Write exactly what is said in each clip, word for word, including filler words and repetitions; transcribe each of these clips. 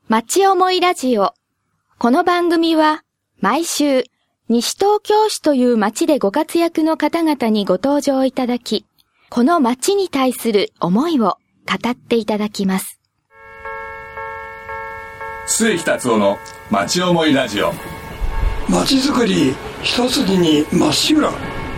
町思いラジオ。この番組は毎週西東京市という町でご活躍の方々にご登場いただき、この町に対する思いを語っていただきます。 末木達夫の町思いラジオ。 町づくり一筋にまっしぐら。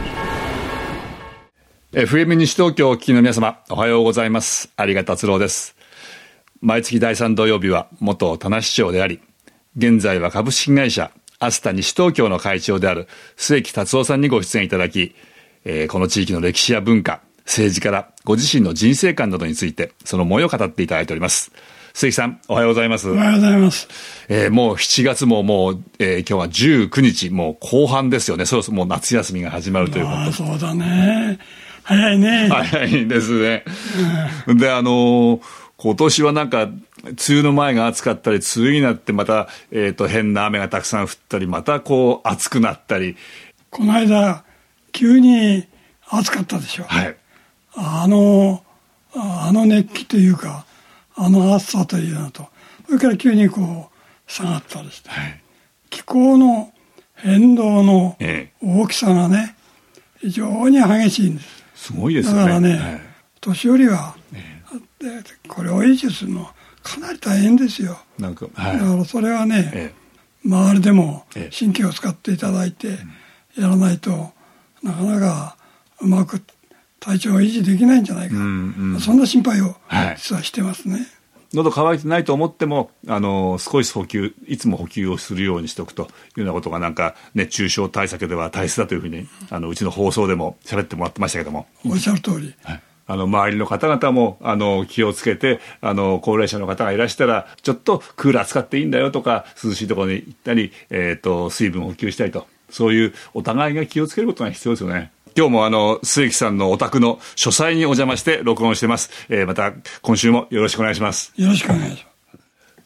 エフエム 西東京をお聞きの皆様、おはようございます。有賀達郎です。毎月だいさん土曜日は元田無市長であり、現在は株式会社アスタ西東京の会長である末木達夫さんにご出演いただき、えー、この地域の歴史や文化、政治からご自身の人生観などについてその思いを語っていただいております。末木さん、おはようございます。 おはようございます。 えー、もうしちがつももう、えー、今日はじゅうくにち、もう後半ですよね。そろそろもう夏休みが始まるということ。 ああ、そうだね。早いね。 早いですね。うん、で、あのー、今年はなんか梅雨の前が暑かったり、梅雨になってまた、えーと、変な雨がたくさん降ったり、またこう暑くなったり。 この間急に暑かったでしょ。 はい。 あのあの熱気というか、あの暑さというのと、それから急にこう下がったりして、はい、気候の変動の大きさがね、ええ、非常に激しいんです。 すごいですよね。 だからね、 はい、 年寄りは、ええ、これを維持するのはかなり大変ですよ。 なんか、はい、 だからそれはね、ええ、周りでも神経を使っていただいてやらないと、ええ、なかなかうまく体調が維持できないんじゃないか、うんうん、そんな心配を実はしてますね。はい、 喉乾いてないと思っても、あの少し補給、いつも補給をするようにしておくというようなことが、なんか熱中症対策では大切だというふうに、あのうちの放送でも喋ってもらってましたけども。 おっしゃる通り。 はい、あの周りの方々もあの気をつけて、あの高齢者の方がいらしたらちょっとクーラー使っていいんだよとか、涼しいところに行ったり、えーと、水分補給したりと、そういうお互いが気をつけることが必要ですよね。今日もあの末木さんのお宅の書斎にお邪魔して録音してます。えー、また今週もよろしくお願いします。 よろしくお願いします。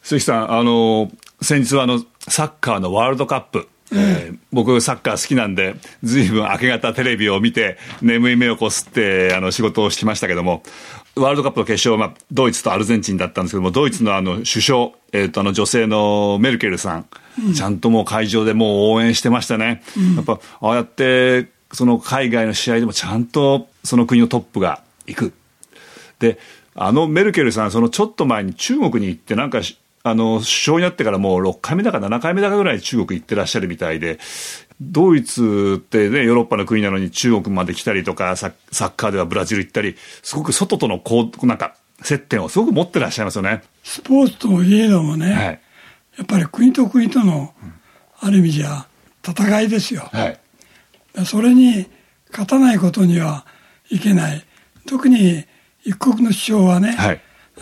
末木さん、あの先日はあのサッカーのワールドカップ、えー、僕サッカー好きなんで、ずいぶん明け方テレビを見て眠い目をこすってあの仕事をしましたけども、ワールドカップの決勝、まあ、ドイツとアルゼンチンだったんですけども、ドイツのあの首相、えー、とあの女性のメルケルさん、うん、ちゃんともう会場でもう応援してましたね。うん、やっぱああやってその海外の試合でもちゃんとその国のトップが行く。で、あのメルケルさん、そのちょっと前に中国に行って、なんかあの首相になってからもうろっかいめだかななかいめだかぐらい中国行ってらっしゃるみたいで、ドイツってね、ヨーロッパの国なのに中国まで来たりとか、サッカーではブラジル行ったり、すごく外とのこうなんか接点をすごく持ってらっしゃいますよね。 スポーツといえどもね、はい、やっぱり国と国との、ある意味じゃ戦いですよ。はい、それに勝たないことにはいけない。特に一国の首相はね、はい、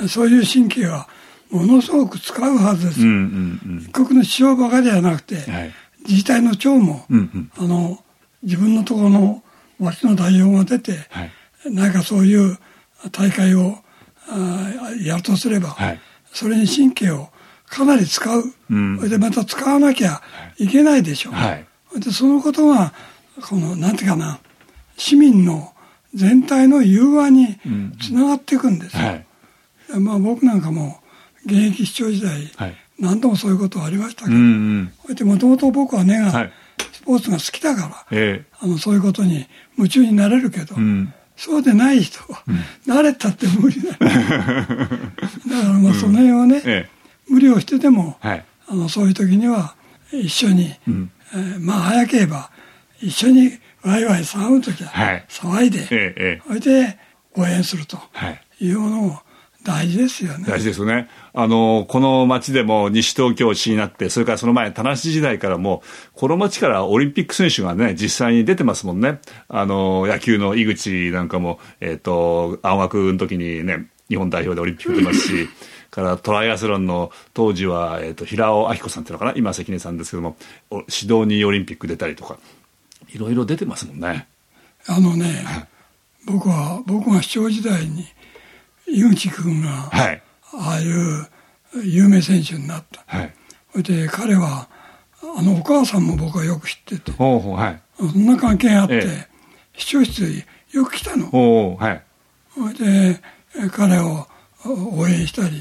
そういう神経はものすごく使うはずです。うんうんうん、一国の首相ばかりではなくて、はい、自治体の長も、うんうん、あの自分のところの町の代表が出て、はい、なんかそういう大会をやるとすれば、はい、それに神経をかなり使う。うん、それでまた使わなきゃいけないでしょう。はい、でそのことがこのなんていうかな、市民の全体の融和につながっていくんですよ。うん、はい、まあ、僕なんかも現役市長時代、はい、何度もそういうことはありましたけど、もともと僕は根が、はい、スポーツが好きだから、えー、あのそういうことに夢中になれるけど、うん、そうでない人は、うん、慣れたって無理だだからまあその辺はね、うん、えー、無理をしてでも、はい、あのそういう時には一緒に、うん、えー、まあ早ければ一緒にワイワイ騒ぐときは騒いで、はい、ええ、それで応援するというものも大事ですよね。 大事ですよね。あのこの町でも西東京市になって、それからその前田無時代からもこの町からオリンピック選手がね実際に出てますもんね。あの野球の井口なんかも、えーと、青学の時にね日本代表でオリンピック出ますしからトライアスロンの当時は、えーと、平尾明子さんっていうのかな、今関根さんですけども、指導にオリンピック出たりとかいろいろ出てますもんね。 あのね、僕は僕が市長時代に井口君が、はい、ああいう有名選手になった。はい、それで彼はあのお母さんも僕はよく知ってて、ほうほう、はい、そんな関係があって、ええ、市長室によく来たの。ほう、はい、それで彼を応援したり、はい、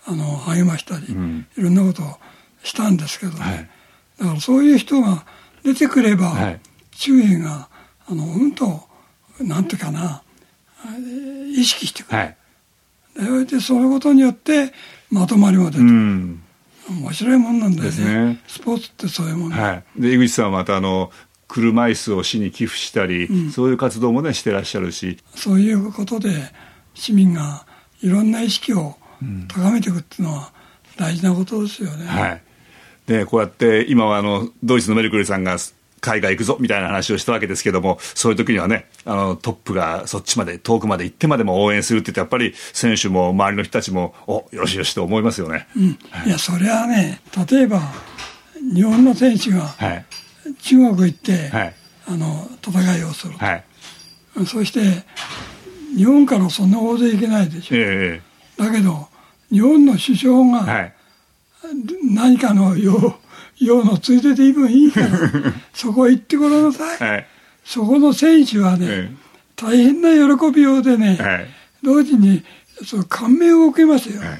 あの励ましたり、うん、いろんなことをしたんですけどね、はい、だからそういう人が出てくれば、はい、周囲があのうんとなんていうかな意識してくる、はい、でそのことによってまとまりも出てくる、うん、面白いもんなんだよ ね, ねスポーツってそういうもん、ね、 はい、で井口さんはまたあの車椅子を市に寄付したり、うん、そういう活動もねしてらっしゃるし、 そういうことで市民がいろんな意識を高めていくっていうのは大事なことですよね、 はい、でこうやって今はあのドイツのメルクルさんが海外行くぞみたいな話をしたわけですけども、そういう時にはねあのトップがそっちまで遠くまで行ってまでも応援するって言ってやっぱり選手も周りの人たちもおよろしよしと思いますよね、 うんはい、いやそれはね例えば日本の選手が、はい中国行って、はい、あの戦いをする、はい、そして日本からそんな大勢行けないでしょ、えー、だけど日本の首相が、はい、何かの用用のついででいいからそこ行ってごらんなさい、はい、そこの選手はね、えー、大変な喜びようでね、はい、同時にその感銘を受けますよ、はい、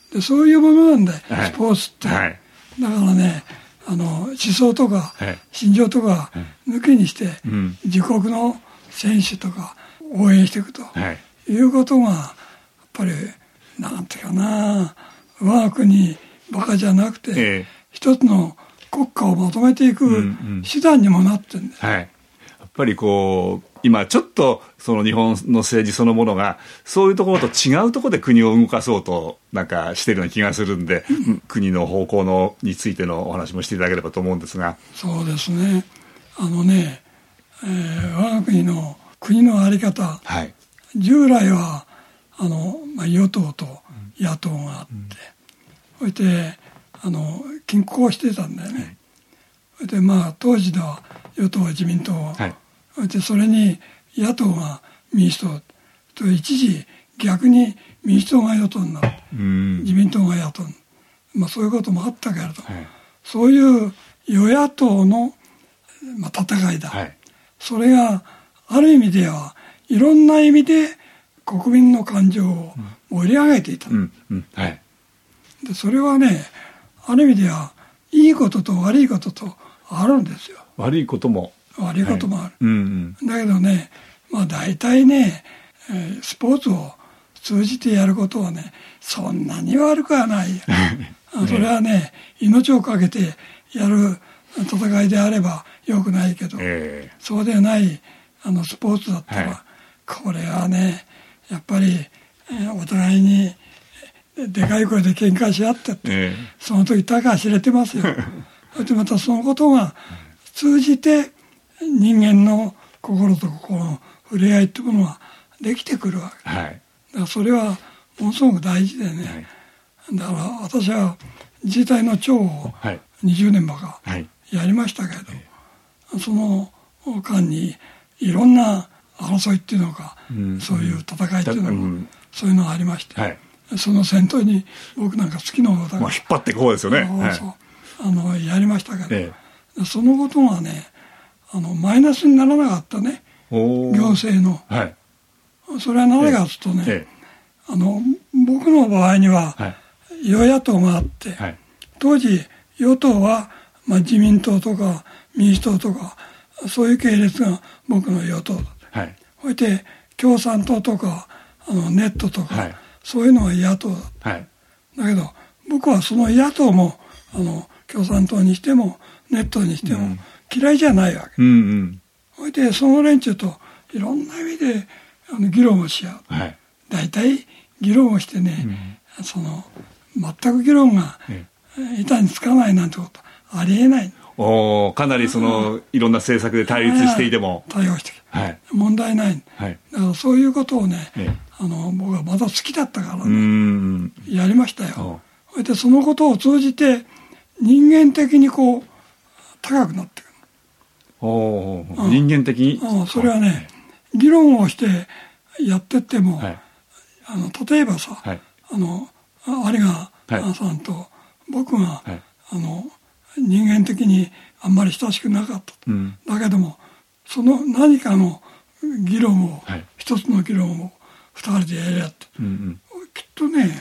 でそういうものなんだよ、はい、スポーツって、はい、だからねあの思想とか心情とか抜きにして、うん、自国の選手とか応援していくと、はい、いうことがやっぱりなんていうかな我が国ばかじゃなくて、ええ、一つの国家をまとめていく手段にもなってるんです、 うんうんはい、やっぱりこう今ちょっとその日本の政治そのものがそういうところと違うところで国を動かそうとなんかしているような気がするんで、うん、国の方向のについてのお話もしていただければと思うんですが。 そうですねあのね、えー、我が国の国の在り方、はい、従来はあの、まあ、与党と野党があって、そ、うん、してあの均衡してたんだよね、そ、うん、でまあ当時では与党は自民党、はいでそれに野党が民主党と一時逆に民主党が与党になる、うん、自民党が野党に、まあ、そういうこともあったけれど、はい、そういう与野党の、まあ、戦いだ、はい、それがある意味ではいろんな意味で国民の感情を盛り上げていた、うんうんはい、でそれはねある意味ではいいことと悪いこととあるんですよ。 悪いことも悪いこともある、はいうんうん、だけどね、まあ、大体ね、えー、スポーツを通じてやることはねそんなに悪くはないよそれはね命をかけてやる戦いであればよくないけど、えー、そうでないあのスポーツだったら、はい、これはねやっぱり、えー、お互いにでかい声で喧嘩し合ってって、えー、その時高橋知れてますよでまたそのことが通じて人間の心と心の触れ合いっていうものはできてくるわけ、はい、だからそれはものすごく大事でね、はい、だから私は自衛隊の長をにじゅうねんばかやりましたけど、はい、その間にいろんな争いっていうのか、うん、そういう戦いっていうのが、うん、そういうのがありまして、はい、その戦闘に僕なんか好きなことだから、 まあ、引っ張っていく方ですよね。 そうそう、はい、あのやりましたけど、ええ、そのことがねあのマイナスにならなかったね行政の、はい、それはなぜかというとね、ええ、あの僕の場合には、はい、与野党があって、はい、当時与党は、まあ、自民党とか民主党とかそういう系列が僕の与党だった、はい、そして共産党とかあのネットとか、はい、そういうのは野党だった、はい、だけど僕はその野党もあの共産党にしてもネットにしても、うん嫌いじゃないわけ、うんうん、それでその連中といろんな意味であの議論をし合う、はい、大体議論をしてね、うん、その全く議論が板につかないなんてことありえない。 おかなりその、うん、いろんな政策で対立していても対応して、はい、問題ない、はい、だからそういうことをね、ええ、あの僕はまだ好きだったからねうんやりましたよ。それでそのことを通じて人間的にこう高くなってくる。 おうん、人間的に、 うん、それはね議論をしてやってっても、はい、あの例えばさ、はい、あの有賀さんと僕が、はい、あの人間的にあんまり親しくなかった、うん、だけどもその何かの議論を、はい、一つの議論を二人でやり合って、うんうん、きっとね、ええ、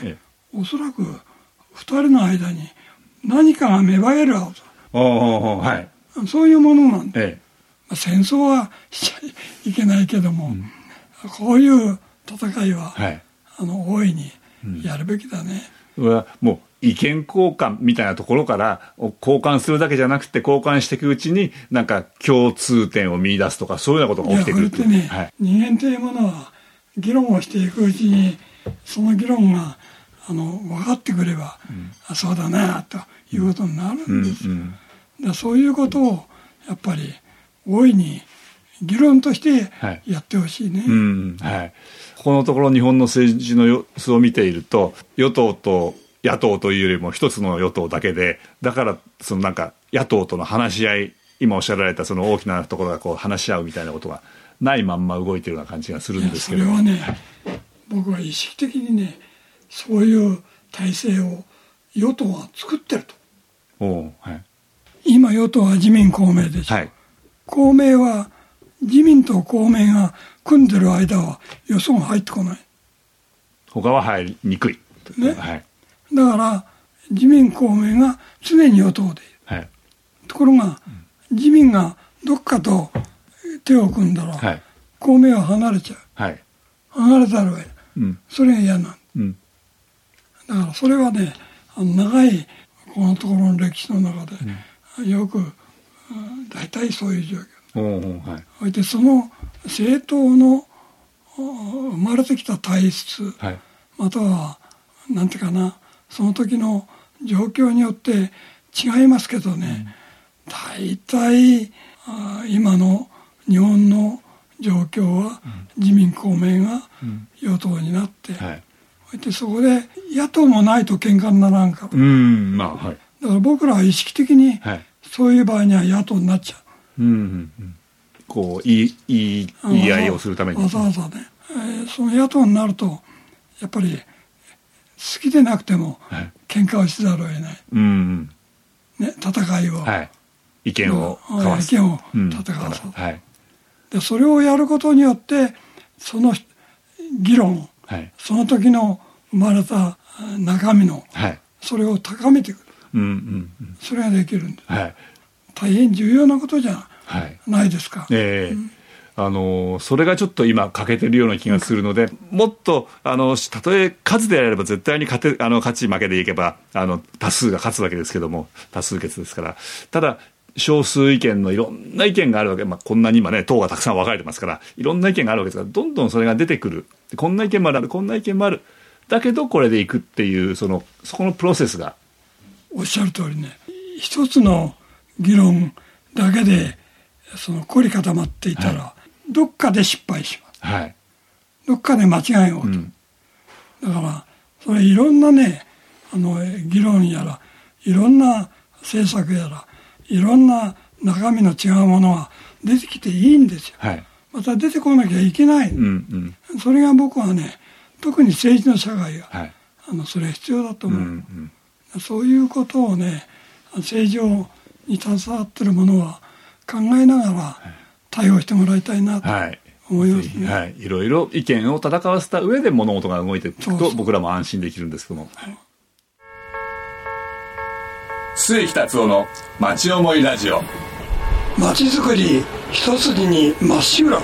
おそらくふたりの間に何かが芽生えるはず、 おお、はい、 そういうものなんで、 ええ、 まあ、戦争はしちゃいけないけども、うん、こういう戦いは、はい、あの大いにやるべきだね。 うん、もう意見交換みたいなところから交換するだけじゃなくて、交換していくうちになんか共通点を見出すとか、そういうようなことが起きてくるって。 いや、これってね、はい、人間というものは議論をしていくうちにその議論があの分かってくれば、うん、あ、そうだなということになるんですよ。うんうん、だそういうことをやっぱり大いに議論としてやってほしいね。はい、うん、 はい、ここのところ日本の政治の様子を見ていると、与党と野党というよりも一つの与党だけで、だからそのなんか野党との話し合い、今おっしゃられたその大きなところがこう話し合うみたいなことがないまんま動いているような感じがするんですけど。 それはね、はい、僕は意識的にね、そういう体制を与党は作ってると。 お、はい、 今与党は自民公明でしょ、はい、公明は自民と公明が組んでる間は予算が入ってこない。 他は入りにくい、 ね、 はい、 だから自民公明が常に与党でいる、はい、ところが、うん、自民がどっかと手を組んだら、はい、公明は離れちゃう、はい、離れたら、うん、それが嫌なん、うん、だからそれはね、あの長いこのところの歴史の中で、うん、よく大体そういう状況、はい、でその政党の生まれてきた体質、はい、またはなんていうかな、その時の状況によって違いますけどね、うん、大体今の日本の状況は自民公明が与党になって、うん、はい、でそこで野党もないと喧嘩にならんから、うん、まあはい、だから僕らは意識的にそういう場合には野党になっちゃう、うんうんうん、 こう言い、言い、言い合いをするためにわざわざね、えー、その野党になるとやっぱり好きでなくても喧嘩をしざるを得ない、うんうんね、戦いを、はい、 意見を交わす、 意見を戦わす、うん、はい、でそれをやることによってその議論、はい、その時の生まれた中身の、はい、それを高めていく、うんうんうん、それができるんです、はい、大変重要なことじゃないですか、はい、えーうん、 あのそれがちょっと今欠けてるような気がするので、うん、もっとあのたとえ数であれば絶対に勝てあの勝ち負けでいけばあの多数が勝つわけですけども、多数決ですから、ただ少数意見のいろんな意見があるわけ、まあ、こんなに今ね党がたくさん分かれてますからいろんな意見があるわけですから、どんどんそれが出てくる、こんな意見もある、こんな意見もある、だけどこれでいくっていうそのそこのプロセスが、 おっしゃる通りね、一つの議論だけでその凝り固まっていたら、はい、どっかで失敗します、はい、どっかで間違いを、うん、だからそれいろんなねあの議論やらいろんな政策やらいろんな中身の違うものは出てきていいんですよ、はい、また出てこなきゃいけない、うんうん、それが僕はね特に政治の社会が、はい、あのそれは必要だと思う、うんうん、そういうことをね政治に携わってる者は考えながら対応してもらいたいなと思いますね、はい、 いろいろ意見を戦わせた上で物事が動いていくと僕らも安心できるんですけども、はい、末木達夫の町思いラジオ、 町づくり一筋にまっしぐら。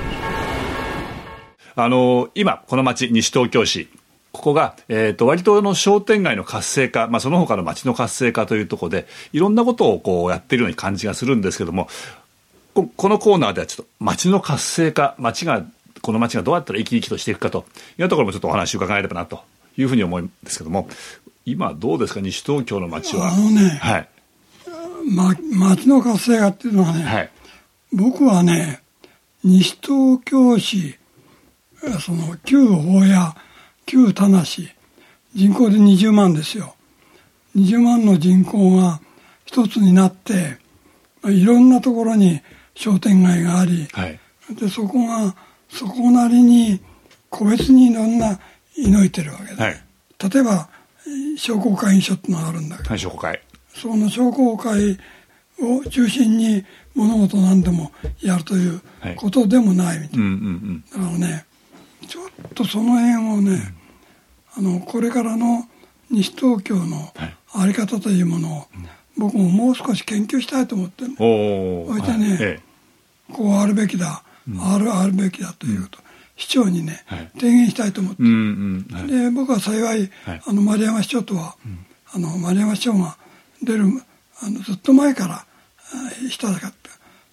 あの今この町西東京市、ここが、えー、と割との商店街の活性化、まあ、その他の町の活性化というところでいろんなことをこうやっているような感じがするんですけども、 こ, このコーナーではちょっと町の活性化、町がこの町がどうやったら生き生きとしていくかというところもちょっとお話を伺えればなというふうに思うんですけども、今どうですか西東京の町は。 あのね、はい、ま、町の活性化っていうのはね、はい、僕はね西東京市、その旧大谷旧田無人口でにじゅうまんですよ。にじゅうまんの人口が一つになっていろんなところに商店街があり、はい、でそこがそこなりに個別にいろんな射いてるわけで、はい、例えば商工会議所ってのがあるんだけど、はい、 商工会、 その商工会を中心に物事何でもやるということでもないみたいな、はい、うんうんうん、だからねちょっとその辺をね、あのこれからの西東京の在り方というものを、はい、僕ももう少し研究したいと思ってるの。そしてね、はい、こうあるべきだ、うん、あるあるべきだということ、うん、市長にね、はい、提言したいと思ってる、うんうんはい、で僕は幸い、はい、あの丸山市長とは、うん、あの丸山市長が出るあのずっと前からしたかった、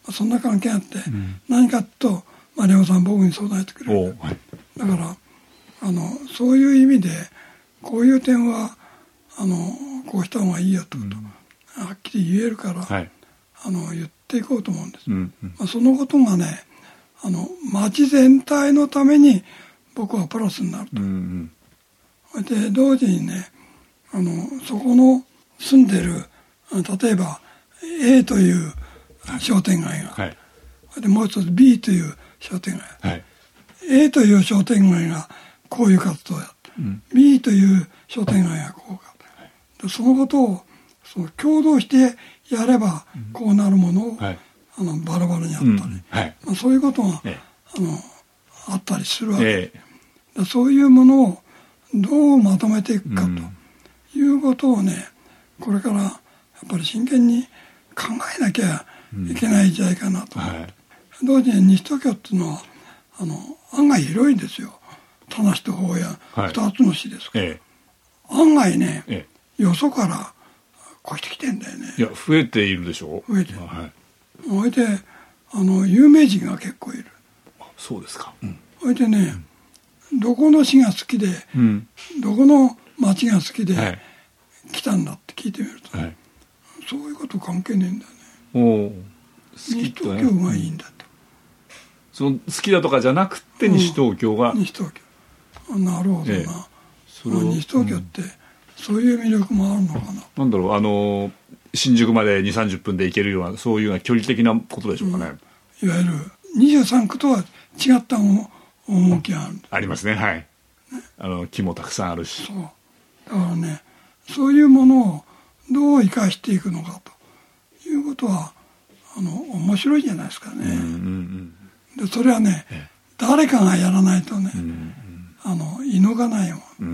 そんな関係あって、うん、何かと丸山さん僕に相談してくれる、はい、だからあのそういう意味でこういう点はあのこうした方がいいよということ、うん、はっきり言えるから、はい、あの言っていこうと思うんです、うんうんまあ、そのことがねあの町全体のために僕はプラスになると、うんうん、で同時にねあのそこの住んでる例えば A という商店街が、はい、でもう一つ B という商店街、はい、A という商店街がこういう活動をやって、うん、B という商店街がこうか、はい、でそのことをその共同してやればこうなるものを、はい、あのバラバラにあったり、うんはいまあ、そういうことが、ええ、あのあったりするわけ、ええ、でそういうものをどうまとめていくかということをねこれからやっぱり真剣に考えなきゃいけない時代かなと、うんはい、同時に西東京っていうのはあの案外広いんですよ。田無と宝谷、はい、ふたつの市ですから、ええ、案外ね、ええ、よそから越してきてんだよね。 いや増えているでしょう。 増えてる。はい。それであの有名人が結構いる。 あそうですか。うん、 それでね、うん、どこの市が好きで、うん、どこの町が好きで、はい、来たんだって聞いてみると、はい、そういうこと関係ねえんだよね。お好きと、ね、西東京がいいんだと。 その好きだとかじゃなくて西東京が、 うん、西東京なるほどな、ええ、それ西東京ってそういう魅力もあるのかな、うん、 なんだろうあの新宿までにじゅうさんじゅっぷんで行けるようなそういうような距離的なことでしょうかね、 うん、いわゆるにじゅうさんくとは違った趣がある、 ありますねはい、ね、あの木もたくさんあるしそうだからねそういうものをどう生かしていくのかということはあの面白いじゃないですかね、うんうんうん、でそれはね、ええ、誰かがやらないとね、うんうん、あの射抜かないよ、うんうん、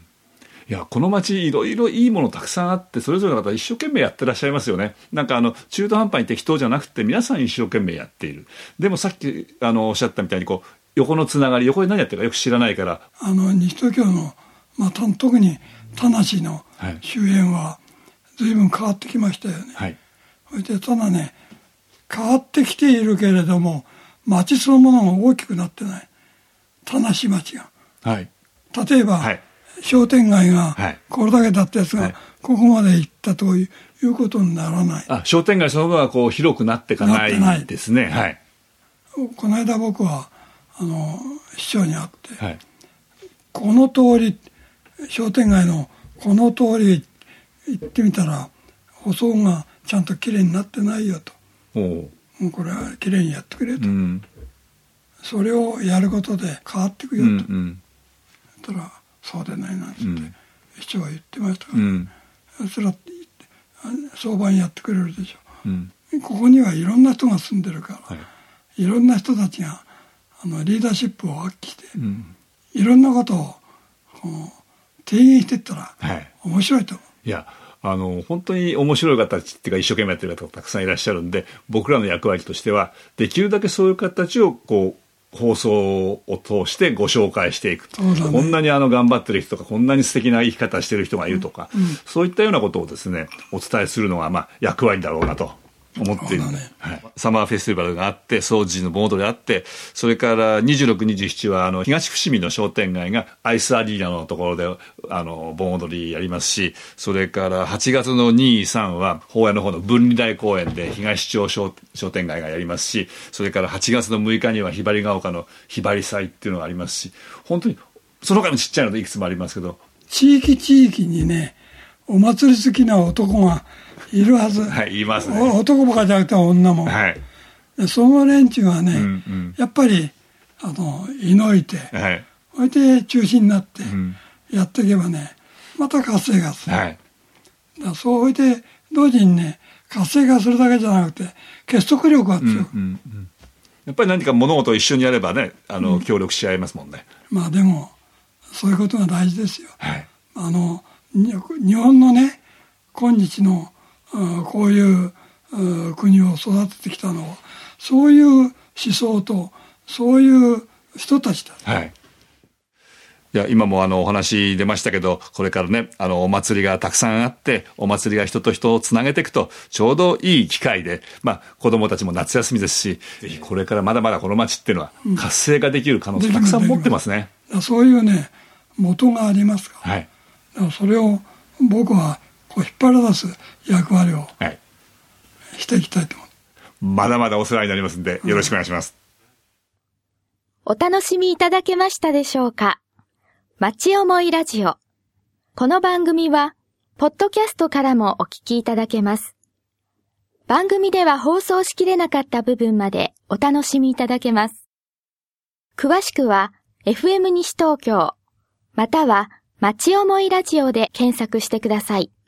いやこの町いろいろいいものたくさんあってそれぞれの方一生懸命やってらっしゃいますよね。なんかあの中途半端に適当じゃなくて皆さん一生懸命やっている。でもさっきあのおっしゃったみたいにこう横のつながり横で何やってるかよく知らないからあの西東京の、まあ、特に田無の周辺は随分変わってきましたよね、はい、そしてただね変わってきているけれども町そのものが大きくなってない田無町が、はい、例えば、はい、商店街がこれだけだったやつが、はい、ここまで行ったということにならない。 あ商店街そのものがこう広くなっていかないですね。はい、 この間僕はあの市長に会って、はい、この通り商店街のこの通り行ってみたら舗装がちゃんときれいになってないよと。おもうこれはきれいにやってくれと、うん、それをやることで変わっていくよと、うんうん、そしたらそうでないなんつって、うん、市長は言ってましたから、うん、それは相場にやってくれるでしょう、うん、ここにはいろんな人が住んでるから、はい、いろんな人たちがあのリーダーシップを発揮して、うん、いろんなことをこの提言していったら、はい、面白いと思う。 いやあの本当に面白い方たちっていうか一生懸命やってる方がたくさんいらっしゃるんで僕らの役割としてはできるだけそういう方たちをこう放送を通してご紹介していく、ね、こんなにあの頑張ってる人とかこんなに素敵な生き方してる人がいるとか、うんうん、そういったようなことをですねお伝えするのがまあ役割だろうなと思っている、ねはい、サマーフェスティバルがあって掃除の盆踊りあってそれからにじゅうろく、にじゅうしちはあの東伏見の商店街がアイスアリーナのところであの盆踊りやりますしそれからはちがつのに、さんは宝谷の方の分離台公園で東町 商, 商店街がやりますしそれからはちがつのむいかにはひばりが丘のひばり祭っていうのがありますし本当にその他のちっちゃいのでいくつもありますけど地域地域にねお祭り好きな男がいるはず、 はい、いますね。 男ばかりじゃなくて女も、はい、でその連中はね、うんうん、やっぱりあの射抜いて、はい、それで中心になってやっていけばねまた活性化する、はい、だそうして同時にね活性化するだけじゃなくて結束力が強く、うんうんうん、 やっぱり何か物事を一緒にやればねあの、うん、協力し合いますもんね。 まあでもそういうことが大事ですよ、はい、あの日本のね、今日のこういう国を育ててきたのは、そういう思想とそういう人たちだ。 はい。いや、今もあのお話出ましたけど、これからね、あのお祭りがたくさんあって、お祭りが人と人をつなげていくと、ちょうどいい機会で、まあ子供たちも夏休みですし、ぜひこれからまだまだこの町っていうのは活性化できる可能性たくさん持ってますね。 うん、そういうね、元がありますから。はい。だからそれを僕はこう引っ張り出す役割をしていきたいと思う。 まだまだお世話になりますんで、よろしくお願いします。 うん、お楽しみいただけましたでしょうか。町思いラジオ。この番組は、ポッドキャストからもお聞きいただけます。番組では放送しきれなかった部分までお楽しみいただけます。詳しくは、エフエム 西東京、または、町思いラジオで検索してください。